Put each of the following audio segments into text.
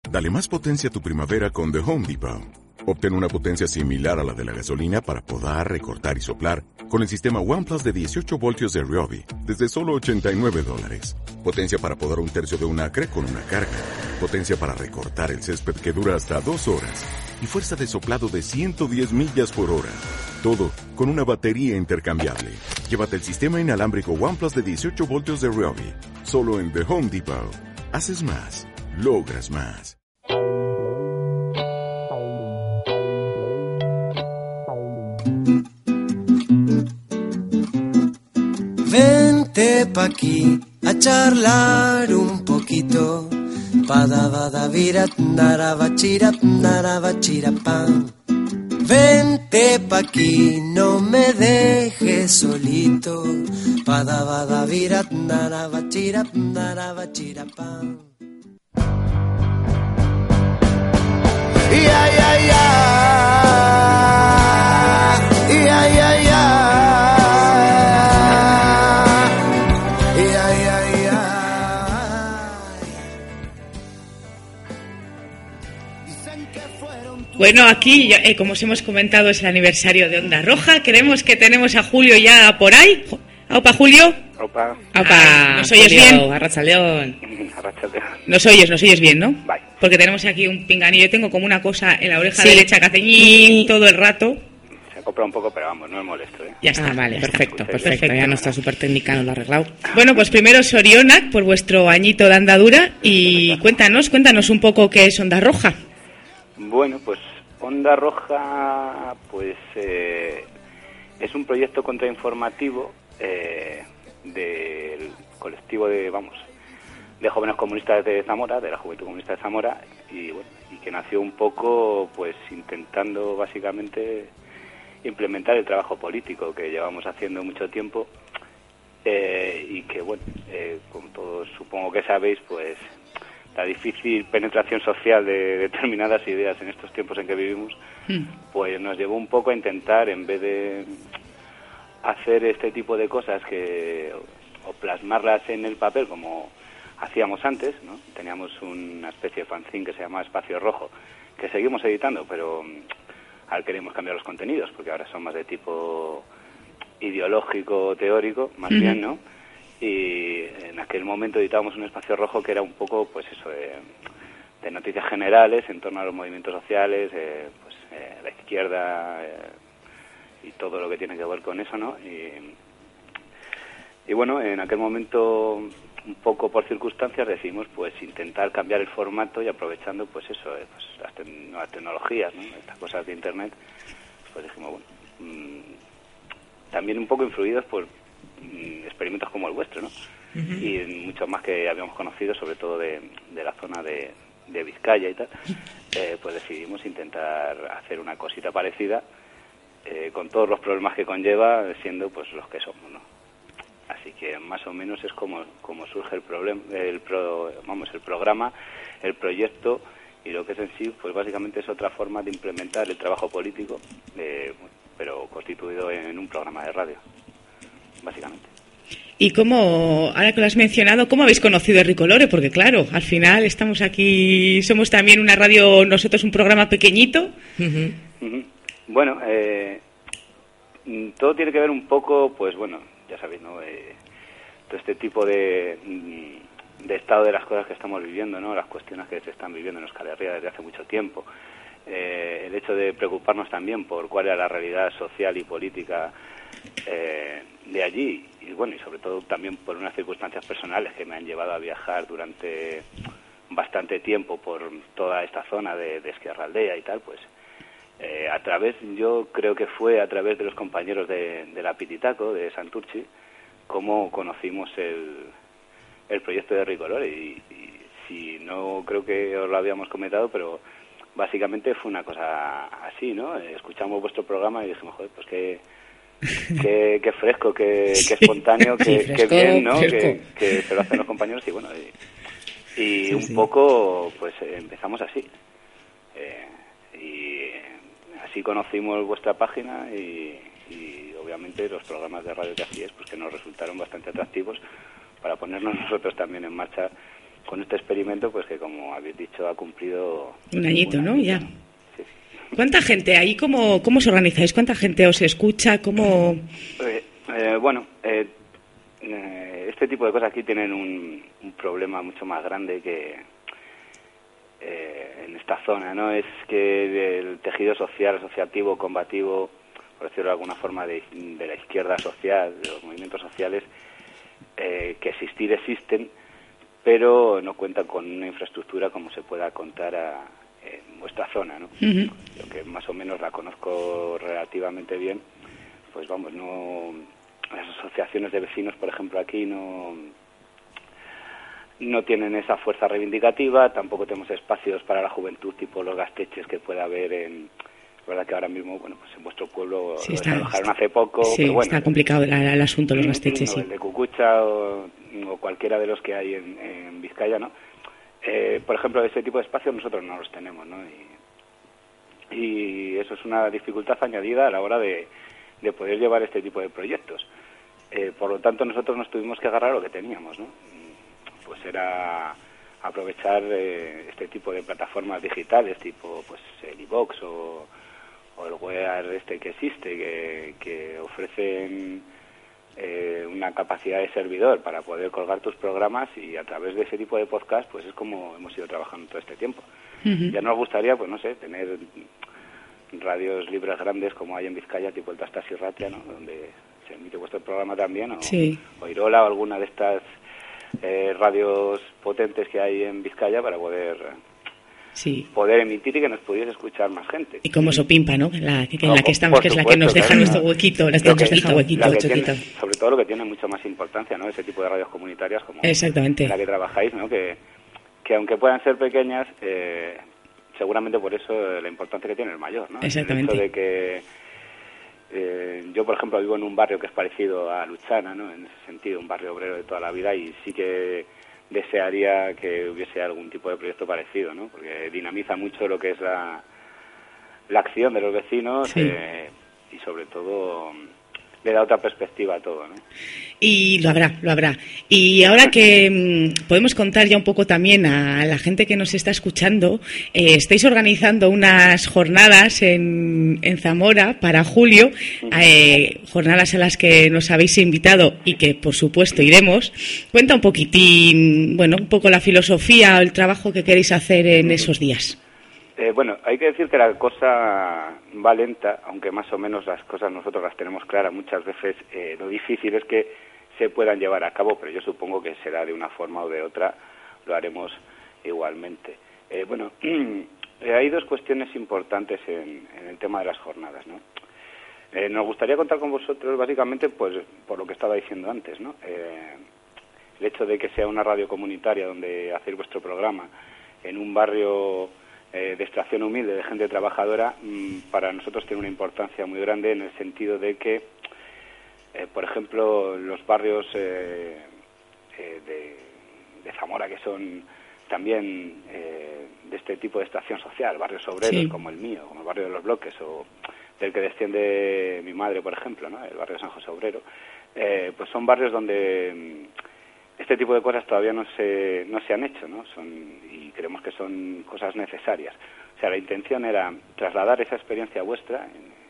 Dale más potencia a tu primavera con The Home Depot. Obtén una potencia similar a la de la gasolina para podar, recortar y soplar con el sistema OnePlus de 18 voltios de Ryobi desde solo $89. Potencia para podar un tercio de un acre con una carga. Potencia para recortar el césped que dura hasta 2 horas. Y fuerza de soplado de 110 millas por hora. Todo con una batería intercambiable. Llévate el sistema inalámbrico OnePlus de 18 voltios de Ryobi. Solo en The Home Depot. Haces más. Logras más. Vente pa' aquí a charlar un poquito. Padavadavirat naravachirat naravachirapam. Vente pa' aquí, no me dejes solito. Padavadavirat naravachirat naravachirapam. Ya ya ya. Ya ya ya. Bueno, aquí, como os hemos comentado, es el aniversario de Onda Roja. Creemos que tenemos a Julio ya por ahí. ¿Aupa, Julio? Aupa. Aupa. ¿Nos oyes bien? Arrachaleón. Arrachaleón. Nos oyes bien, ¿no? Vale. Porque tenemos aquí un pinganillo. Yo tengo como una cosa en la oreja derecha que hace ñi todo el rato. Se acopla un poco, pero vamos, no es molesto, ¿eh? Ya está. Vale, perfecto. Ya nuestra super técnica nos lo ha arreglado. Bueno, pues primero Sorionak por vuestro añito de andadura y cuéntanos un poco qué es Onda Roja. Bueno, pues Onda Roja pues es un proyecto contrainformativo del colectivo de jóvenes comunistas de Zamora, de la Juventud Comunista de Zamora, y que nació un poco pues intentando básicamente implementar el trabajo político que llevamos haciendo mucho tiempo y que como todos supongo que sabéis, pues la difícil penetración social de determinadas ideas en estos tiempos en que vivimos, pues nos llevó un poco a intentar, en vez de hacer este tipo de cosas o plasmarlas en el papel como hacíamos antes, ¿no? Teníamos una especie de fanzine que se llama Espacio Rojo, que seguimos editando, pero ahora queremos cambiar los contenidos, porque ahora son más de tipo ideológico, teórico, más bien, ¿no? Y en aquel momento editábamos un Espacio Rojo que era un poco, pues eso, de noticias generales en torno a los movimientos sociales, la izquierda y todo lo que tiene que ver con eso, ¿no? Y bueno, en aquel momento, un poco por circunstancias, decidimos pues intentar cambiar el formato y aprovechando pues eso, las nuevas tecnologías, ¿no? Estas cosas de Internet, pues dijimos, también un poco influidos por experimentos como el vuestro, ¿no? Y muchos más que habíamos conocido, sobre todo de la zona de Vizcaya y tal, pues decidimos intentar hacer una cosita parecida, con todos los problemas que conlleva, siendo pues los que somos, ¿no? Así que más o menos es como surge el programa, el proyecto, y lo que es en sí, pues básicamente es otra forma de implementar el trabajo político, pero constituido en un programa de radio, básicamente. ¿Y cómo, ahora que lo has mencionado, cómo habéis conocido a Ricolore? Porque claro, al final estamos aquí, somos también una radio, nosotros un programa pequeñito. Bueno, todo tiene que ver un poco, pues ya sabéis, ¿no? Todo este tipo de estado de las cosas que estamos viviendo, ¿no? Las cuestiones que se están viviendo en Euskal Herria desde hace mucho tiempo. El hecho de preocuparnos también por cuál era la realidad social y política de allí, y sobre todo también por unas circunstancias personales que me han llevado a viajar durante bastante tiempo por toda esta zona de Ezkerraldea y tal, pues yo creo que fue a través de los compañeros de la Pititaco, de Santurchi, como conocimos el proyecto de Ricolore, y si no, creo que os lo habíamos comentado, pero básicamente fue una cosa así, ¿no? Escuchamos vuestro programa y dijimos, joder, pues qué fresco, qué espontáneo, qué bien, ¿no? Que se lo hacen los compañeros, y un poco pues empezamos así. Y así conocimos vuestra página y obviamente los programas de radio que hacíais, pues que nos resultaron bastante atractivos para ponernos nosotros también en marcha, con este experimento, pues que como habéis dicho ha cumplido un añito, ¿no? Ya. Sí. ¿Cuánta gente ahí? ¿Cómo os organizáis? ¿Cuánta gente os escucha? ¿Cómo...? Este tipo de cosas aquí tienen un problema mucho más grande que en esta zona, ¿no? Es que el tejido social, asociativo, combativo, por decirlo de alguna forma, de la izquierda social, de los movimientos sociales, que existen, pero no cuentan con una infraestructura como se pueda contar en vuestra zona, ¿no? Uh-huh. Yo que más o menos la conozco relativamente bien, pues vamos, no, las asociaciones de vecinos, por ejemplo, aquí no tienen esa fuerza reivindicativa, tampoco tenemos espacios para la juventud tipo los gasteches que pueda haber en... La verdad que ahora mismo, bueno, pues en vuestro pueblo sí, lo desalojaron hace poco. Sí, pero bueno, está complicado el asunto, los gasteches, sí. El de Cucucha o cualquiera de los que hay en Vizcaya, ¿no? Por ejemplo, ese tipo de espacios nosotros no los tenemos, ¿no? Y eso es una dificultad añadida a la hora de poder llevar este tipo de proyectos. Por lo tanto, nosotros nos tuvimos que agarrar a lo que teníamos, ¿no? Pues era aprovechar este tipo de plataformas digitales, tipo pues el iVoox o el Wear que existe, que ofrecen una capacidad de servidor para poder colgar tus programas, y a través de ese tipo de podcast pues es como hemos ido trabajando todo este tiempo. Uh-huh. Ya nos gustaría, pues no sé, tener radios libres grandes como hay en Vizcaya, tipo el Tastas y Ratia, ¿no? Donde se emite vuestro programa también, o Irola o alguna de estas radios potentes que hay en Vizcaya para poder emitir y que nos pudiese escuchar más gente. Y como Sopimpa, ¿no? En la que estamos, que es la que nos deja nuestro huequito, sobre todo lo que tiene mucho más importancia, ¿no? Ese tipo de radios comunitarias como exactamente en la que trabajáis, ¿no? Que aunque puedan ser pequeñas, seguramente por eso la importancia que tiene es mayor, ¿no? Exactamente. El hecho de que yo, por ejemplo, vivo en un barrio que es parecido a Luchana, ¿no? En ese sentido, un barrio obrero de toda la vida, y sí que desearía que hubiese algún tipo de proyecto parecido, ¿no? Porque dinamiza mucho lo que es la acción de los vecinos, sí. Y sobre todo le da otra perspectiva a todo, ¿no? Y lo habrá. Y ahora que podemos contar ya un poco también a la gente que nos está escuchando, estáis organizando unas jornadas en Zamora para julio, jornadas a las que nos habéis invitado y que por supuesto iremos. Cuenta un poquitín, bueno, un poco la filosofía o el trabajo que queréis hacer en esos días. Bueno, hay que decir que la cosa va lenta, aunque más o menos las cosas nosotros las tenemos claras. Muchas veces lo difícil es que se puedan llevar a cabo, pero yo supongo que será de una forma o de otra, lo haremos igualmente. Hay dos cuestiones importantes en el tema de las jornadas, ¿no? Nos gustaría contar con vosotros básicamente pues por lo que estaba diciendo antes, ¿no? El hecho de que sea una radio comunitaria donde hacéis vuestro programa en un barrio de extracción humilde, de gente trabajadora, para nosotros tiene una importancia muy grande en el sentido de que, por ejemplo, los barrios de Zamora, que son también de este tipo de extracción social, barrios obreros, sí, como el mío, como el barrio de Los Bloques, o del que desciende mi madre, por ejemplo, ¿no? El barrio de San José Obrero, pues son barrios donde este tipo de cosas todavía no se han hecho, ¿no? Y creemos que son cosas necesarias. O sea, la intención era trasladar esa experiencia vuestra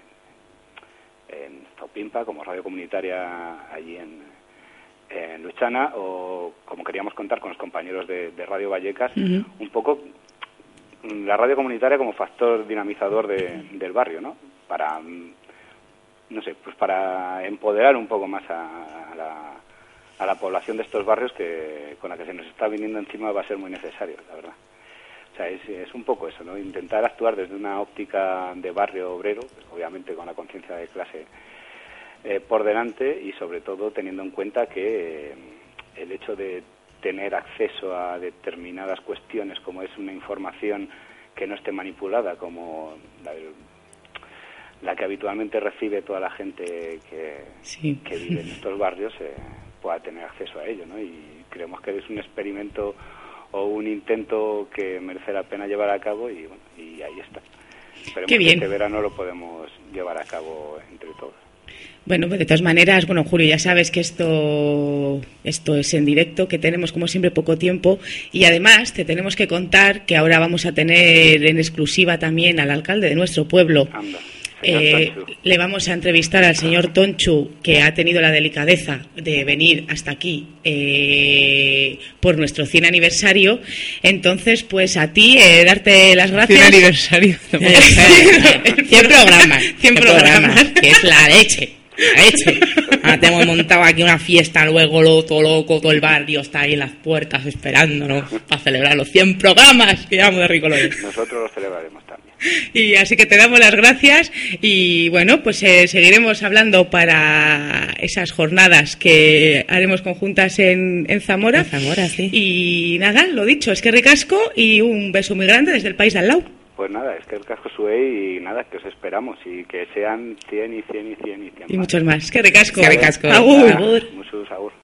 en Sopimpa, como radio comunitaria allí en Luchana, o como queríamos contar con los compañeros de Radio Vallecas, uh-huh, un poco la radio comunitaria como factor dinamizador del barrio, ¿no? Para, no sé, pues para empoderar un poco más a la población de estos barrios que con la que se nos está viniendo encima va a ser muy necesario, la verdad. O sea, es un poco eso, ¿no? Intentar actuar desde una óptica de barrio obrero, pues obviamente con la conciencia de clase por delante, y sobre todo teniendo en cuenta que el hecho de tener acceso a determinadas cuestiones, como es una información que no esté manipulada, como la que habitualmente recibe toda la gente que vive en estos barrios, pueda tener acceso a ello, ¿no? Y creemos que es un experimento o un intento que merece la pena llevar a cabo, y bueno, y ahí está. Esperemos que este verano lo podemos llevar a cabo entre todos. Bueno, pues de todas maneras, bueno, Julio, ya sabes que esto es en directo, que tenemos como siempre poco tiempo y además te tenemos que contar que ahora vamos a tener en exclusiva también al alcalde de nuestro pueblo. Anda. Le vamos a entrevistar al señor Tonchu, que ha tenido la delicadeza de venir hasta aquí por nuestro 100 aniversario. Entonces, pues a ti, darte las gracias. 100 aniversario. 100 programas. 100 programas, que es la leche. La leche. Ahora te hemos montado aquí una fiesta, luego todo loco, todo el barrio está ahí en las puertas esperándonos para celebrar los 100 programas que llevamos de Ricolores. Nosotros los celebraremos también. Y así que te damos las gracias y bueno, pues seguiremos hablando para esas jornadas que haremos conjuntas en Zamora. En Zamora, sí. Y nada, lo dicho, es que ricasco y un beso muy grande desde el país de al lado. Pues nada, es que el casco sube y nada, que os esperamos y que sean 100 y 100 y 100 y 100 y muchos más. Que ricasco. Que ricasco. Agur. Muchos agur.